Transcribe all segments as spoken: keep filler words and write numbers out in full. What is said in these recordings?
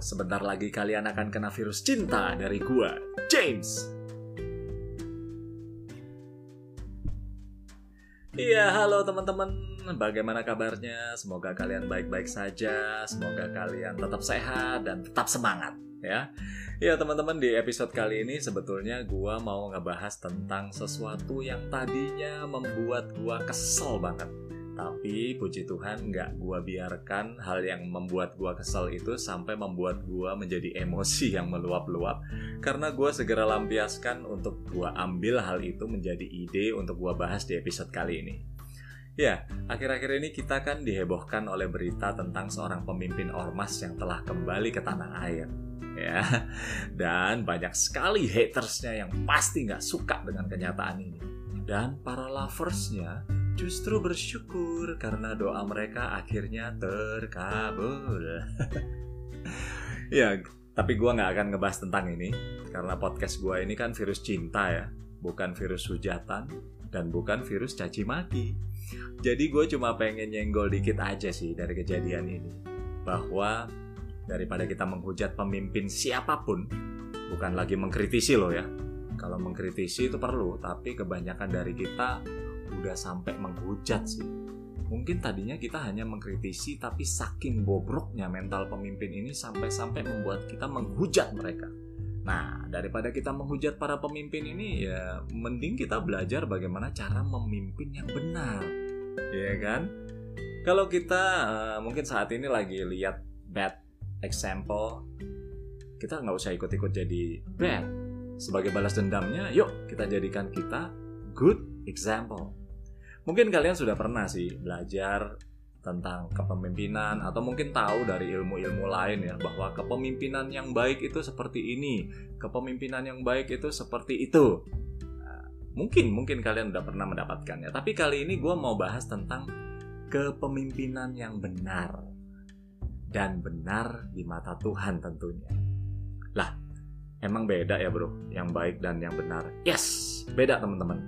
sebentar lagi kalian akan kena virus cinta dari gua, James. Iya, halo teman-teman. Bagaimana kabarnya? Semoga kalian baik-baik saja. Semoga kalian tetap sehat dan tetap semangat, ya. Ya, teman-teman, di episode kali ini sebetulnya gua mau ngebahas tentang sesuatu yang tadinya membuat gua kesel banget. Tapi puji Tuhan gak gua biarkan hal yang membuat gua kesel itu sampai membuat gua menjadi emosi yang meluap-luap. Karena gua segera lampiaskan untuk gua ambil hal itu menjadi ide untuk gua bahas di episode kali ini. Ya, akhir-akhir ini kita kan dihebohkan oleh berita tentang seorang pemimpin ormas yang telah kembali ke tanah air. Ya, dan banyak sekali hatersnya yang pasti gak suka dengan kenyataan ini. Dan para loversnya justru bersyukur karena doa mereka akhirnya terkabul. Ya, tapi gue gak akan ngebahas tentang ini. Karena podcast gue ini kan virus cinta ya. Bukan virus hujatan dan bukan virus caci maki. Jadi gue cuma pengen nyenggol dikit aja sih dari kejadian ini. Bahwa daripada kita menghujat pemimpin siapapun, bukan lagi mengkritisi loh ya. Kalau mengkritisi itu perlu, tapi kebanyakan dari kita udah sampai menghujat sih. Mungkin tadinya kita hanya mengkritisi, tapi saking bobroknya mental pemimpin ini sampai-sampai membuat kita menghujat mereka. Nah, daripada kita menghujat para pemimpin ini, ya mending kita belajar bagaimana cara memimpin yang benar, ya kan? Kalau kita uh, mungkin saat ini lagi lihat bad example, kita nggak usah ikut-ikut jadi bad. Sebagai balas dendamnya, yuk kita jadikan kita good example. Mungkin kalian sudah pernah sih belajar tentang kepemimpinan atau mungkin tahu dari ilmu-ilmu lain ya bahwa kepemimpinan yang baik itu seperti ini, kepemimpinan yang baik itu seperti itu. Nah, mungkin mungkin kalian udah pernah mendapatkannya. Tapi kali ini gue mau bahas tentang kepemimpinan yang benar dan benar di mata Tuhan tentunya. Lah, emang beda ya bro, yang baik dan yang benar. Yes, beda teman-teman.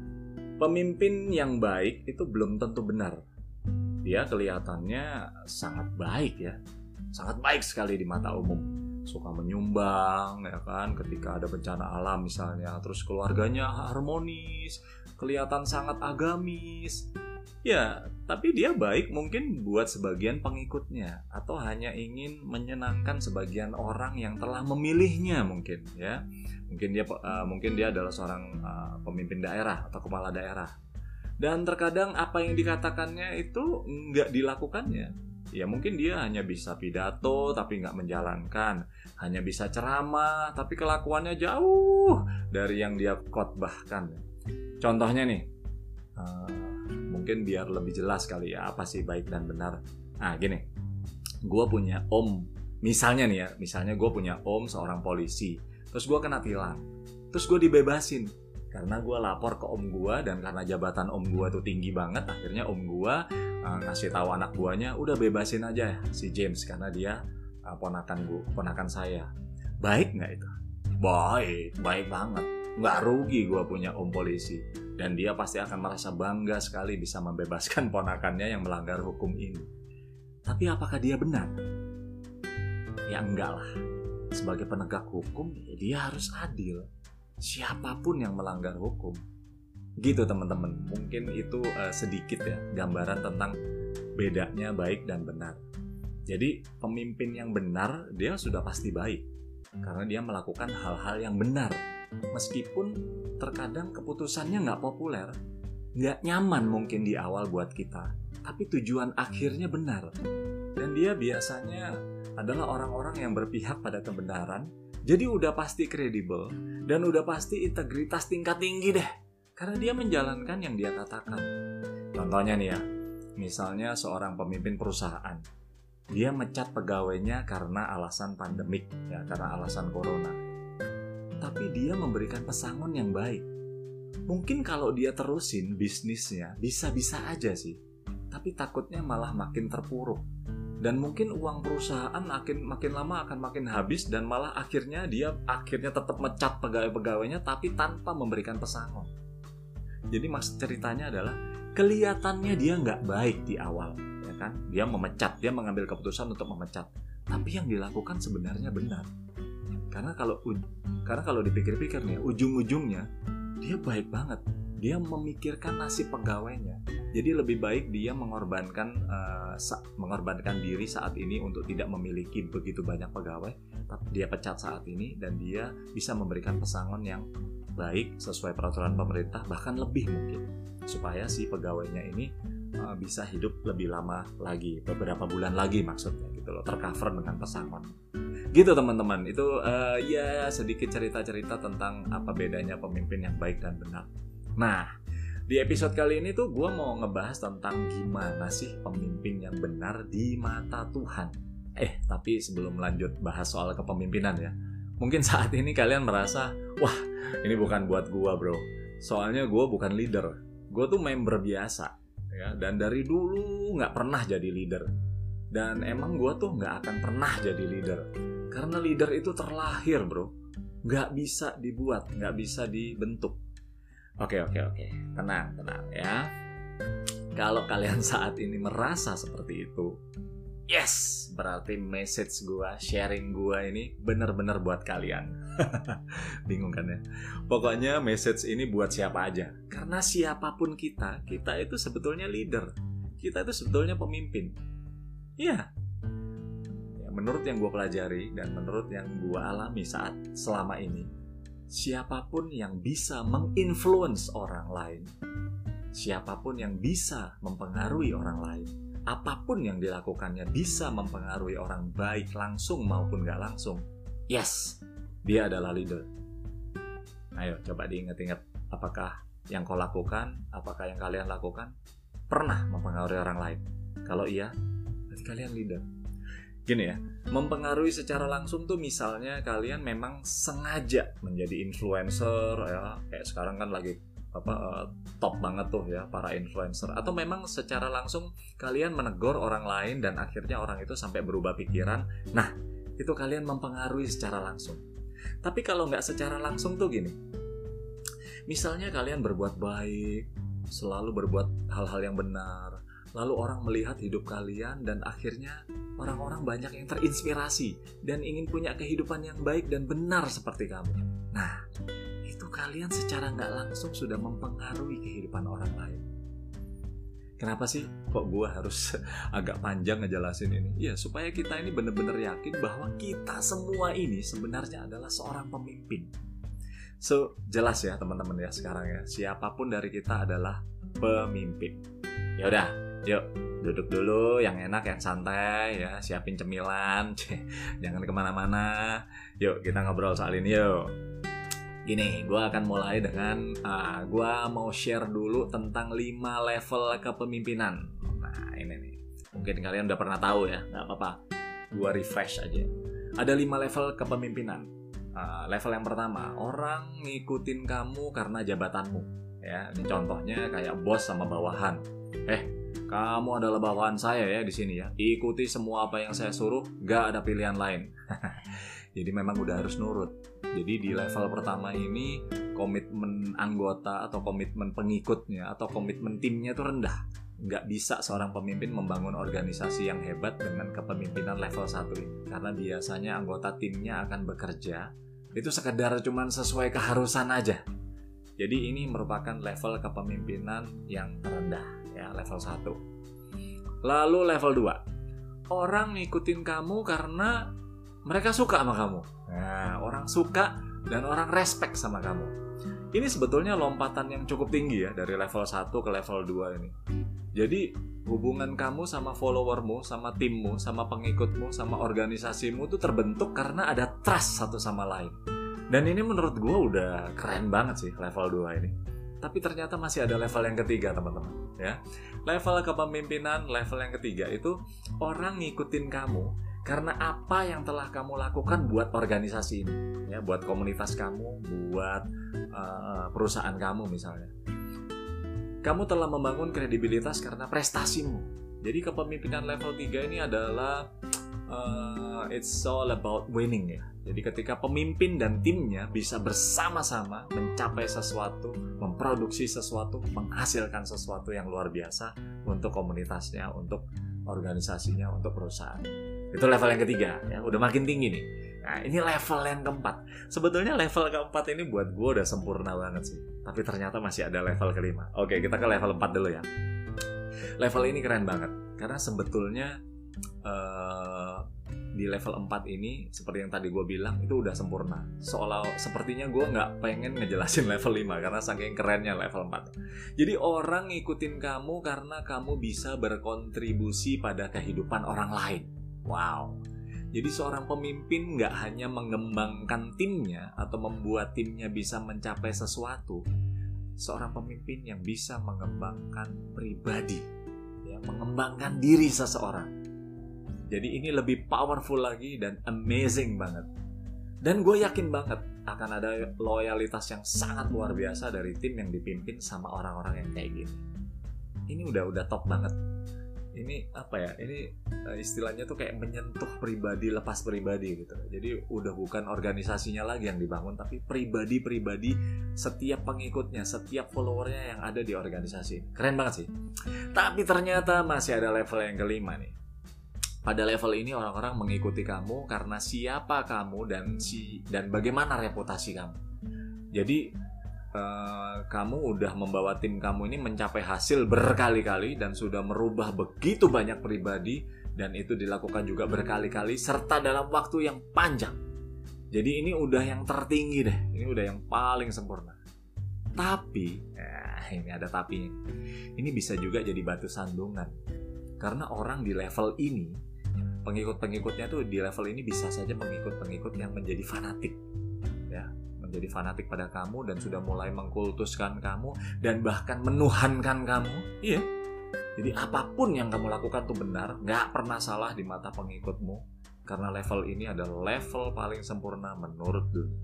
Pemimpin yang baik itu belum tentu benar. Dia kelihatannya sangat baik ya, sangat baik sekali di mata umum. Suka menyumbang ya kan, ketika ada bencana alam misalnya. Terus keluarganya harmonis, kelihatan sangat agamis. Ya, tapi dia baik mungkin buat sebagian pengikutnya atau hanya ingin menyenangkan sebagian orang yang telah memilihnya mungkin ya. Mungkin dia uh, mungkin dia adalah seorang uh, pemimpin daerah atau kepala daerah. Dan terkadang apa yang dikatakannya itu nggak dilakukannya. Ya mungkin dia hanya bisa pidato tapi nggak menjalankan. Hanya bisa ceramah tapi kelakuannya jauh dari yang dia khotbahkan. Contohnya nih, uh, mungkin biar lebih jelas kali ya apa sih baik dan benar. Nah gini, gue punya om, misalnya nih ya, misalnya gue punya om seorang polisi, terus gue kena tilang, terus gue dibebasin karena gue lapor ke om gue dan karena jabatan om gue tuh tinggi banget, akhirnya om gue uh, ngasih tahu anak buahnya udah bebasin aja ya si James karena dia uh, ponakan gue, ponakan saya. Baik nggak itu? Baik, baik banget. Nggak rugi gue punya om polisi. Dan dia pasti akan merasa bangga sekali bisa membebaskan ponakannya yang melanggar hukum ini. Tapi apakah dia benar? Ya enggak lah. Sebagai penegak hukum, ya dia harus adil. Siapapun yang melanggar hukum. Gitu teman-teman. Mungkin itu uh, sedikit ya gambaran tentang bedanya baik dan benar. Jadi pemimpin yang benar, dia sudah pasti baik. Karena dia melakukan hal-hal yang benar. Meskipun terkadang keputusannya nggak populer, nggak nyaman mungkin di awal buat kita, tapi tujuan akhirnya benar. Dan dia biasanya adalah orang-orang yang berpihak pada kebenaran, jadi udah pasti kredibel dan udah pasti integritas tingkat tinggi deh, karena dia menjalankan yang dia katakan. Contohnya nih ya, misalnya seorang pemimpin perusahaan, dia mecat pegawainya karena alasan pandemik, ya karena alasan corona. Tapi dia memberikan pesangon yang baik. Mungkin kalau dia terusin bisnisnya, bisa-bisa aja sih. Tapi takutnya malah makin terpuruk. Dan mungkin uang perusahaan makin makin lama akan makin habis dan malah akhirnya dia akhirnya tetap mecat pegawai-pegawainya tapi tanpa memberikan pesangon. Jadi maksud ceritanya adalah kelihatannya dia nggak baik di awal, ya kan? Dia memecat, dia mengambil keputusan untuk memecat. tapi yang dilakukan sebenarnya benar. Karena kalau karena kalau dipikir-pikir nih, ujung-ujungnya dia baik banget. Dia memikirkan nasib pegawainya. Jadi lebih baik dia mengorbankan uh, sa- mengorbankan diri saat ini untuk tidak memiliki begitu banyak pegawai, tapi dia pecat saat ini dan dia bisa memberikan pesangon yang baik sesuai peraturan pemerintah, bahkan lebih mungkin, supaya si pegawainya ini uh, bisa hidup lebih lama lagi, beberapa bulan lagi maksudnya gitu loh, tercover dengan pesangon. Gitu teman-teman, itu uh, ya sedikit cerita-cerita tentang apa bedanya pemimpin yang baik dan benar. Nah, di episode kali ini tuh gue mau ngebahas tentang gimana sih pemimpin yang benar di mata Tuhan. Eh, tapi sebelum lanjut bahas soal kepemimpinan ya, mungkin saat ini kalian merasa, wah ini bukan buat gue bro, soalnya gue bukan leader, gue tuh member biasa, ya. Dan dari dulu gak pernah jadi leader. Dan emang gue tuh gak akan pernah jadi leader, karena leader itu terlahir bro, gak bisa dibuat, gak bisa dibentuk. Oke oke oke, tenang tenang ya. Kalau kalian saat ini merasa seperti itu, yes, berarti message gua, sharing gua ini benar-benar buat kalian. Bingung kan ya? Pokoknya message ini buat siapa aja. Karena siapapun kita, kita itu sebetulnya leader. Kita itu sebetulnya pemimpin. Iya. Ya, menurut yang gua pelajari dan menurut yang gua alami saat selama ini, siapapun yang bisa menginfluence orang lain, siapapun yang bisa mempengaruhi orang lain, apapun yang dilakukannya bisa mempengaruhi orang baik langsung maupun gak langsung, yes, dia adalah leader. Ayo coba diingat-ingat, apakah yang kau lakukan, apakah yang kalian lakukan pernah mempengaruhi orang lain? Kalau iya, berarti kalian leader. Gini ya, mempengaruhi secara langsung tuh misalnya kalian memang sengaja menjadi influencer ya, kayak sekarang kan lagi apa uh, top banget tuh ya para influencer, atau memang secara langsung kalian menegur orang lain dan akhirnya orang itu sampai berubah pikiran. Nah, itu kalian mempengaruhi secara langsung. Tapi kalau nggak secara langsung tuh gini, misalnya kalian berbuat baik, selalu berbuat hal-hal yang benar, lalu orang melihat hidup kalian dan akhirnya orang-orang banyak yang terinspirasi dan ingin punya kehidupan yang baik dan benar seperti kamu. Nah, itu kalian secara nggak langsung sudah mempengaruhi kehidupan orang lain. Kenapa sih kok gue harus agak panjang ngejelasin ini? Ya, supaya kita ini benar-benar yakin bahwa kita semua ini sebenarnya adalah seorang pemimpin. So, jelas ya teman-teman ya sekarang ya, siapapun dari kita adalah pemimpin. Ya udah, yuk duduk dulu yang enak, yang santai ya, siapin cemilan, jangan kemana-mana. Yuk kita ngobrol soal ini yuk. Gini, gue akan mulai dengan uh, gue mau share dulu tentang lima level kepemimpinan. Nah ini nih, mungkin kalian udah pernah tahu ya, nggak apa-apa, gue refresh aja. Ada lima level kepemimpinan. Uh, level yang pertama, orang ngikutin kamu karena jabatanmu. Ya, ini contohnya kayak bos sama bawahan. Eh, kamu adalah bawahan saya ya di sini ya. Ikuti semua apa yang saya suruh, gak ada pilihan lain. Jadi memang udah harus nurut. Jadi di level pertama ini komitmen anggota atau komitmen pengikutnya atau komitmen timnya itu rendah. Gak bisa seorang pemimpin membangun organisasi yang hebat dengan kepemimpinan level satu ini. Karena biasanya anggota timnya akan bekerja itu sekedar cuman sesuai keharusan aja. Jadi ini merupakan level kepemimpinan yang terendah ya, level satu. Lalu level dua, orang ngikutin kamu karena mereka suka sama kamu. Nah, orang suka dan orang respect sama kamu. Ini sebetulnya lompatan yang cukup tinggi ya, dari level satu ke level dua ini. Jadi hubungan kamu sama followermu, sama timmu, sama pengikutmu, sama organisasimu itu terbentuk karena ada trust satu sama lain. Dan ini menurut gue udah keren banget sih level dua ini. Tapi ternyata masih ada level yang ketiga teman-teman ya. Level kepemimpinan level yang ketiga itu orang ngikutin kamu karena apa yang telah kamu lakukan buat organisasi ini ya, buat komunitas kamu, buat uh, perusahaan kamu misalnya. Kamu telah membangun kredibilitas karena prestasimu. Jadi kepemimpinan level tiga ini adalah uh, it's all about winning ya. Jadi ketika pemimpin dan timnya bisa bersama-sama mencapai sesuatu, memproduksi sesuatu, menghasilkan sesuatu yang luar biasa untuk komunitasnya, untuk organisasinya, untuk perusahaan. Itu level yang ketiga, ya udah makin tinggi nih. Nah, ini level yang keempat. Sebetulnya level keempat ini buat gue udah sempurna banget sih. Tapi ternyata masih ada level kelima. Oke, kita ke level empat dulu ya. Level ini keren banget. Karena sebetulnya uh, di level empat ini, seperti yang tadi gue bilang, itu udah sempurna. Seolah sepertinya gue gak pengen ngejelasin level lima karena saking kerennya level empat. Jadi orang ngikutin kamu karena kamu bisa berkontribusi pada kehidupan orang lain. Wow. Jadi seorang pemimpin nggak hanya mengembangkan timnya atau membuat timnya bisa mencapai sesuatu. Seorang pemimpin yang bisa mengembangkan pribadi, ya, mengembangkan diri seseorang. Jadi ini lebih powerful lagi dan amazing banget. Dan gue yakin banget akan ada loyalitas yang sangat luar biasa dari tim yang dipimpin sama orang-orang yang kayak gini. Ini udah udah top banget. Ini apa ya, ini istilahnya tuh kayak menyentuh pribadi lepas pribadi gitu. Jadi udah bukan organisasinya lagi yang dibangun, tapi pribadi-pribadi setiap pengikutnya, setiap followernya yang ada di organisasi. Keren banget sih. Tapi ternyata masih ada level yang kelima nih. Pada level ini orang-orang mengikuti kamu karena siapa kamu dan si dan bagaimana reputasi kamu. Jadi Uh, kamu udah membawa tim kamu ini mencapai hasil berkali-kali dan sudah merubah begitu banyak pribadi, dan itu dilakukan juga berkali-kali serta dalam waktu yang panjang. Jadi ini udah yang tertinggi deh, ini udah yang paling sempurna. Tapi, eh, ini ada tapinya. Ini bisa juga jadi batu sandungan. Karena orang di level ini, pengikut-pengikutnya tuh di level ini bisa saja pengikut-pengikut yang menjadi fanatik. Ya. Menjadi fanatik pada kamu dan sudah mulai mengkultuskan kamu dan bahkan menuhankan kamu. Iya. Jadi apapun yang kamu lakukan tuh benar, nggak pernah salah di mata pengikutmu. Karena level ini adalah level paling sempurna menurut dunia.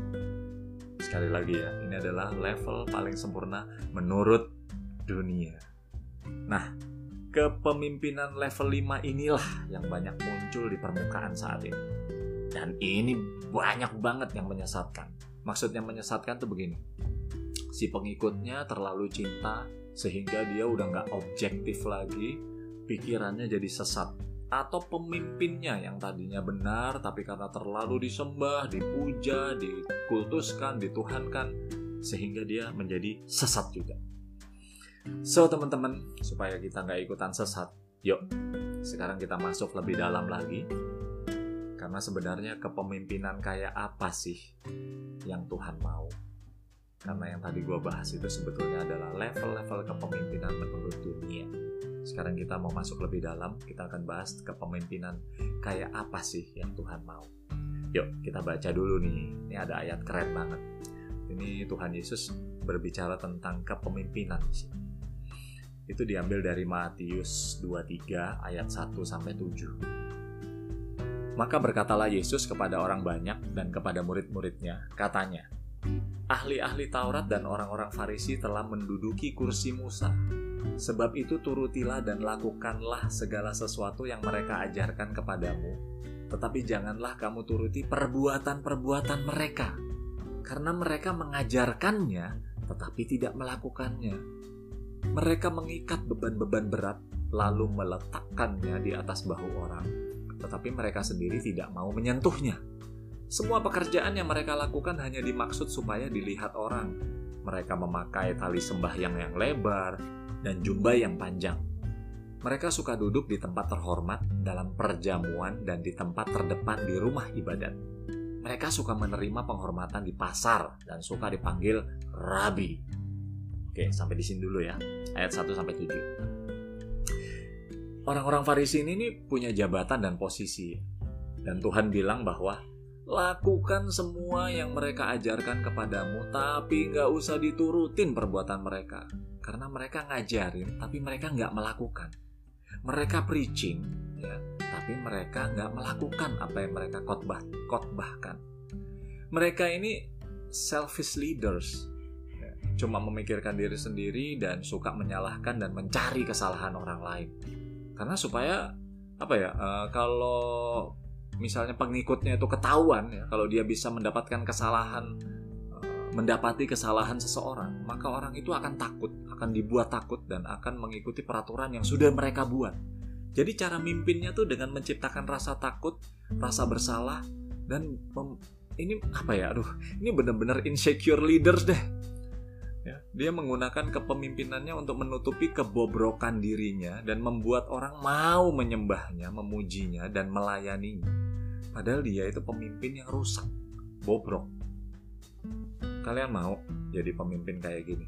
Sekali lagi ya, ini adalah level paling sempurna menurut dunia. Nah, kepemimpinan level lima inilah yang banyak muncul di permukaan saat ini. Dan ini banyak banget yang menyesatkan. Maksudnya menyesatkan tuh begini. Si pengikutnya terlalu cinta sehingga dia udah gak objektif lagi, pikirannya jadi sesat. Atau pemimpinnya yang tadinya benar tapi karena terlalu disembah, dipuja, dikultuskan, dituhankan, sehingga dia menjadi sesat juga. So teman-teman, supaya kita gak ikutan sesat, yuk sekarang kita masuk lebih dalam lagi. Karena sebenarnya kepemimpinan kayak apa sih yang Tuhan mau? Karena yang tadi gue bahas itu sebetulnya adalah level-level kepemimpinan menurut dunia. Sekarang kita mau masuk lebih dalam, kita akan bahas kepemimpinan kayak apa sih yang Tuhan mau. Yuk kita baca dulu nih, ini ada ayat keren banget. Ini Tuhan Yesus berbicara tentang kepemimpinan di sini. Itu diambil dari Matius dua puluh tiga ayat satu sampai tujuh. Maka berkatalah Yesus kepada orang banyak dan kepada murid-muridnya, katanya, ahli-ahli Taurat dan orang-orang Farisi telah menduduki kursi Musa. Sebab itu turutilah dan lakukanlah segala sesuatu yang mereka ajarkan kepadamu. Tetapi janganlah kamu turuti perbuatan-perbuatan mereka. Karena mereka mengajarkannya, tetapi tidak melakukannya. Mereka mengikat beban-beban berat, lalu meletakkannya di atas bahu orang. Tetapi mereka sendiri tidak mau menyentuhnya. Semua pekerjaan yang mereka lakukan hanya dimaksud supaya dilihat orang. Mereka memakai tali sembahyang yang lebar dan jubah yang panjang. Mereka suka duduk di tempat terhormat dalam perjamuan dan di tempat terdepan di rumah ibadat. Mereka suka menerima penghormatan di pasar dan suka dipanggil Rabi. Oke, sampai di sini dulu ya. Ayat satu sampai tujuh. Orang-orang Farisi ini, ini punya jabatan dan posisi. Dan Tuhan bilang bahwa lakukan semua yang mereka ajarkan kepadamu, tapi nggak usah diturutin perbuatan mereka. Karena mereka ngajarin, tapi mereka nggak melakukan. Mereka preaching, ya, tapi mereka nggak melakukan apa yang mereka khotbah, khotbahkan. Mereka ini selfish leaders, ya, cuma memikirkan diri sendiri dan suka menyalahkan dan mencari kesalahan orang lain. Karena supaya apa ya? Uh, kalau misalnya pengikutnya itu ketahuan, ya, kalau dia bisa mendapatkan kesalahan, uh, mendapati kesalahan seseorang, maka orang itu akan takut, akan dibuat takut dan akan mengikuti peraturan yang sudah mereka buat. Jadi cara mimpinnya tuh dengan menciptakan rasa takut, rasa bersalah, dan mem- ini apa ya, aduh, ini benar-benar insecure leaders deh. Ya, dia menggunakan kepemimpinannya untuk menutupi kebobrokan dirinya dan membuat orang mau menyembahnya, memujinya, dan melayaninya. Padahal dia itu pemimpin yang rusak, bobrok. Kalian mau jadi pemimpin kayak gini?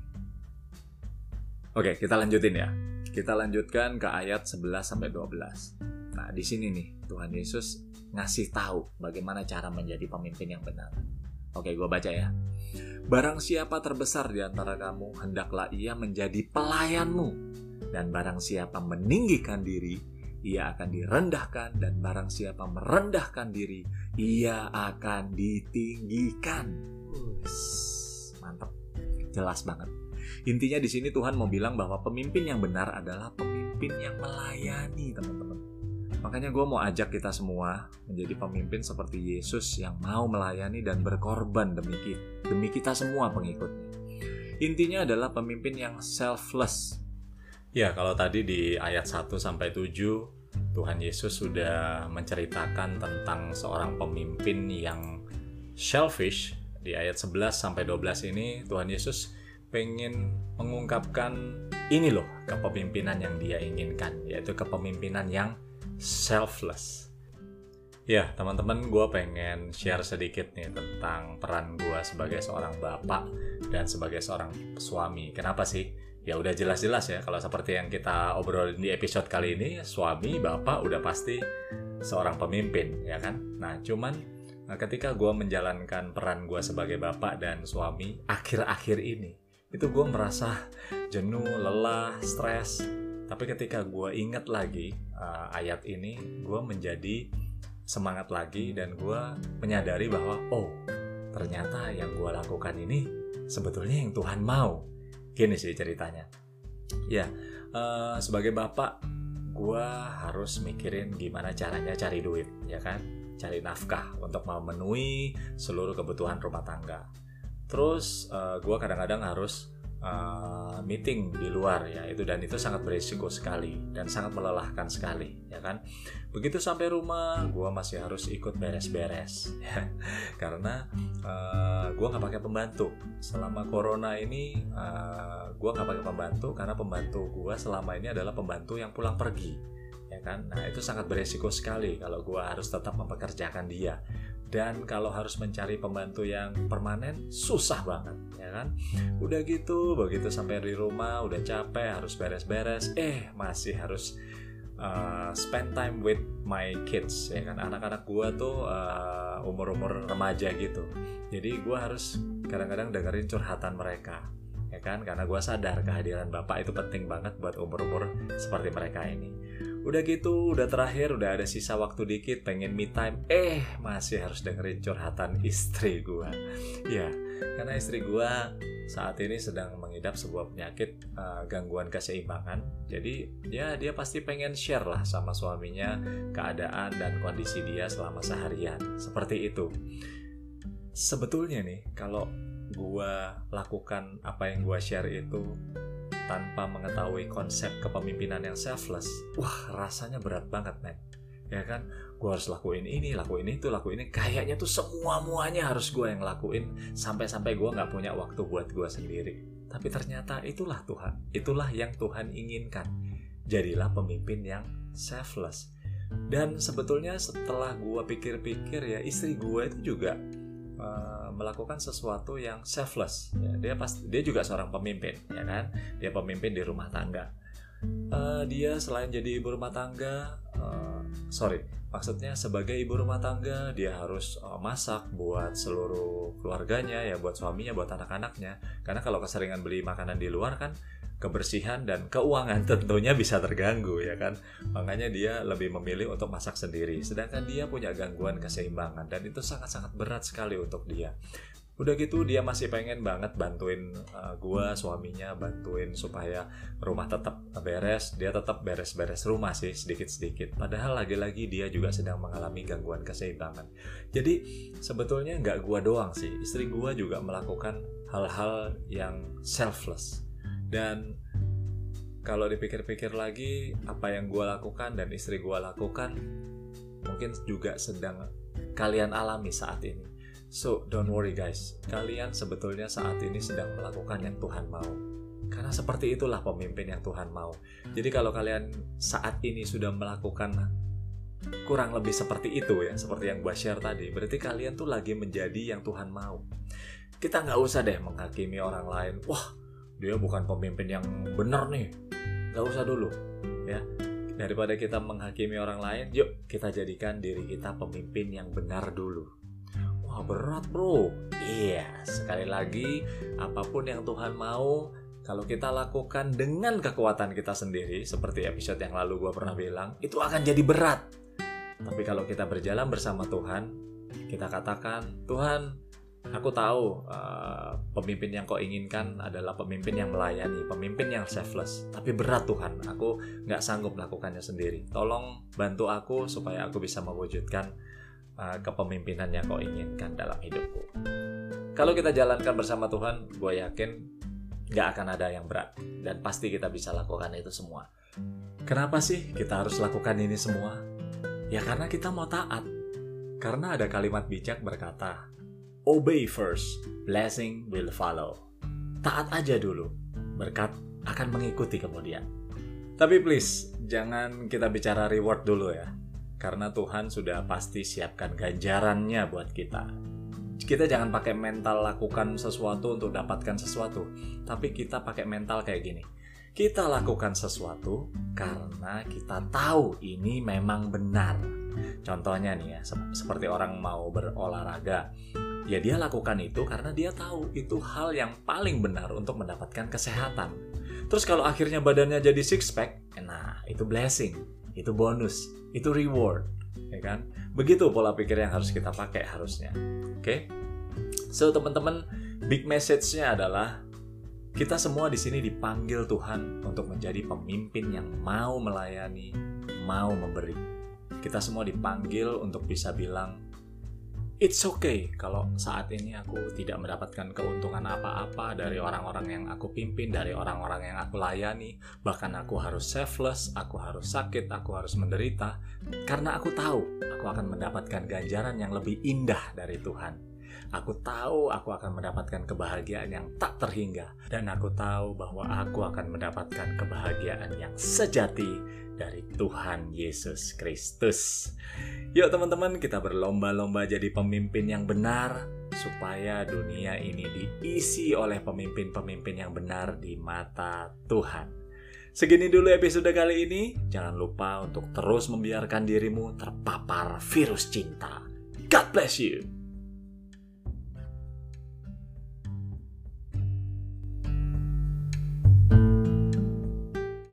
Oke, kita lanjutin ya. Kita lanjutkan ke ayat sebelas sampai dua belas. Nah, di sini nih Tuhan Yesus ngasih tahu bagaimana cara menjadi pemimpin yang benar. Oke, gue baca ya. Barang siapa terbesar di antara kamu, hendaklah ia menjadi pelayanmu. Dan barang siapa meninggikan diri, ia akan direndahkan. Dan barang siapa merendahkan diri, ia akan ditinggikan. Ush, mantap. Jelas banget. Intinya di sini Tuhan mau bilang bahwa pemimpin yang benar adalah pemimpin yang melayani, teman-teman. Makanya gue mau ajak kita semua menjadi pemimpin seperti Yesus yang mau melayani dan berkorban demi kita, demi kita semua pengikutnya. Intinya adalah pemimpin yang selfless. Ya, kalau tadi di ayat satu sampai tujuh Tuhan Yesus sudah menceritakan tentang seorang pemimpin yang selfish. Di ayat sebelas sampai dua belas ini Tuhan Yesus pengen mengungkapkan ini loh kepemimpinan yang dia inginkan, yaitu kepemimpinan yang selfless. Ya, teman-teman, gue pengen share sedikit nih tentang peran gue sebagai seorang bapak dan sebagai seorang suami. Kenapa sih? Ya udah jelas-jelas ya, kalau seperti yang kita obrolin di episode kali ini, suami, bapak udah pasti seorang pemimpin, ya kan? Nah, cuman nah, ketika gue menjalankan peran gue sebagai bapak dan suami, akhir-akhir ini, itu gue merasa jenuh, lelah, stres. Tapi ketika gue ingat lagi uh, ayat ini, gue menjadi semangat lagi dan gue menyadari bahwa oh, ternyata yang gue lakukan ini sebetulnya yang Tuhan mau. Gini sih ceritanya. Ya, uh, sebagai bapak, gue harus mikirin gimana caranya cari duit, ya kan? Cari nafkah untuk memenuhi seluruh kebutuhan rumah tangga. Terus uh, gue kadang-kadang harus uh, meeting di luar ya itu dan itu sangat berisiko sekali dan sangat melelahkan sekali ya kan. Begitu sampai rumah gue masih harus ikut beres-beres ya karena uh, gue nggak pakai pembantu selama corona ini. Uh, gue nggak pakai pembantu karena pembantu gue selama ini adalah pembantu yang pulang pergi ya kan. Nah itu sangat berisiko sekali kalau gue harus tetap mempekerjakan dia. Dan kalau harus mencari pembantu yang permanen, susah banget, ya kan? Udah gitu, begitu sampai di rumah, udah capek, harus beres-beres, eh masih harus uh, spend time with my kids, ya kan? Anak-anak gue tuh uh, umur-umur remaja gitu. Jadi gue harus kadang-kadang dengerin curhatan mereka, ya kan? Karena gue sadar kehadiran bapak itu penting banget buat umur-umur seperti mereka ini. Udah gitu, udah terakhir, udah ada sisa waktu dikit, pengen me time, eh masih harus dengerin curhatan istri gue. Ya, karena istri gue saat ini sedang mengidap sebuah penyakit uh, gangguan keseimbangan. Jadi ya dia pasti pengen share lah sama suaminya keadaan dan kondisi dia selama seharian. Seperti itu. Sebetulnya nih, kalau gue lakukan apa yang gue share itu tanpa mengetahui konsep kepemimpinan yang selfless, wah rasanya berat banget men, ya kan? Gue harus lakuin ini, lakuin itu, lakuin ini, kayaknya tuh semua-muanya harus gue yang lakuin, sampai-sampai gue gak punya waktu buat gue sendiri. Tapi ternyata itulah Tuhan, itulah yang Tuhan inginkan. Jadilah pemimpin yang selfless. Dan sebetulnya setelah gue pikir-pikir ya, istri gue itu juga Uh, melakukan sesuatu yang selfless ya, dia pasti dia juga seorang pemimpin ya kan, dia pemimpin di rumah tangga. Uh, dia selain jadi ibu rumah tangga uh, sorry maksudnya sebagai ibu rumah tangga dia harus uh, masak buat seluruh keluarganya ya, buat suaminya, buat anak-anaknya, karena kalau keseringan beli makanan di luar kan kebersihan dan keuangan tentunya bisa terganggu ya kan. Makanya dia lebih memilih untuk masak sendiri. Sedangkan dia punya gangguan keseimbangan dan itu sangat-sangat berat sekali untuk dia. Udah gitu dia masih pengen banget bantuin uh, gua, suaminya, bantuin supaya rumah tetap beres. Dia tetap beres-beres rumah sih sedikit-sedikit. Padahal lagi-lagi dia juga sedang mengalami gangguan keseimbangan. Jadi sebetulnya nggak gua doang sih. Istri gua juga melakukan hal-hal yang selfless. Dan kalau dipikir-pikir lagi, apa yang gue lakukan dan istri gue lakukan mungkin juga sedang kalian alami saat ini. So, don't worry guys, kalian sebetulnya saat ini sedang melakukan yang Tuhan mau. Karena seperti itulah pemimpin yang Tuhan mau. Jadi kalau kalian saat ini sudah melakukan kurang lebih seperti itu ya, seperti yang gue share tadi, berarti kalian tuh lagi menjadi yang Tuhan mau. Kita nggak usah deh menghakimi orang lain. Wah, dia bukan pemimpin yang benar nih. Nggak usah dulu ya. Daripada kita menghakimi orang lain, yuk kita jadikan diri kita pemimpin yang benar dulu. Wah, berat bro. Iya, sekali lagi, apapun yang Tuhan mau, kalau kita lakukan dengan kekuatan kita sendiri, seperti episode yang lalu gue pernah bilang, itu akan jadi berat. Tapi kalau kita berjalan bersama Tuhan, kita katakan, Tuhan, aku tahu uh, pemimpin yang kau inginkan adalah pemimpin yang melayani, pemimpin yang selfless. Tapi berat Tuhan, aku gak sanggup melakukannya sendiri. Tolong bantu aku supaya aku bisa mewujudkan uh, kepemimpinan yang kau inginkan dalam hidupku. Kalau kita jalankan bersama Tuhan, gue yakin gak akan ada yang berat. Dan pasti kita bisa lakukan itu semua. Kenapa sih kita harus lakukan ini semua? Ya karena kita mau taat. Karena ada kalimat bijak berkata, obey first, blessing will follow. Taat aja dulu, berkat akan mengikuti kemudian. Tapi please, jangan kita bicara reward dulu ya. Karena Tuhan sudah pasti siapkan ganjarannya buat kita. Kita jangan pakai mental lakukan sesuatu untuk dapatkan sesuatu. Tapi kita pakai mental kayak gini. Kita lakukan sesuatu karena kita tahu ini memang benar. Contohnya nih ya, seperti orang mau berolahraga. Ya dia lakukan itu karena dia tahu itu hal yang paling benar untuk mendapatkan kesehatan. Terus kalau akhirnya badannya jadi six pack, nah itu blessing, itu bonus, itu reward, ya kan? Begitu pola pikir yang harus kita pakai harusnya. Oke? Okay? So teman-teman, big message-nya adalah kita semua di sini dipanggil Tuhan untuk menjadi pemimpin yang mau melayani, mau memberi. Kita semua dipanggil untuk bisa bilang, it's okay kalau saat ini aku tidak mendapatkan keuntungan apa-apa dari orang-orang yang aku pimpin, dari orang-orang yang aku layani. Bahkan aku harus selfless, aku harus sakit, aku harus menderita. Karena aku tahu aku akan mendapatkan ganjaran yang lebih indah dari Tuhan. Aku tahu aku akan mendapatkan kebahagiaan yang tak terhingga. Dan aku tahu bahwa aku akan mendapatkan kebahagiaan yang sejati dari Tuhan Yesus Kristus. Yuk teman-teman, kita berlomba-lomba jadi pemimpin yang benar, supaya dunia ini diisi oleh pemimpin-pemimpin yang benar di mata Tuhan. Segini dulu episode kali ini. Jangan lupa untuk terus membiarkan dirimu terpapar virus cinta. God bless you.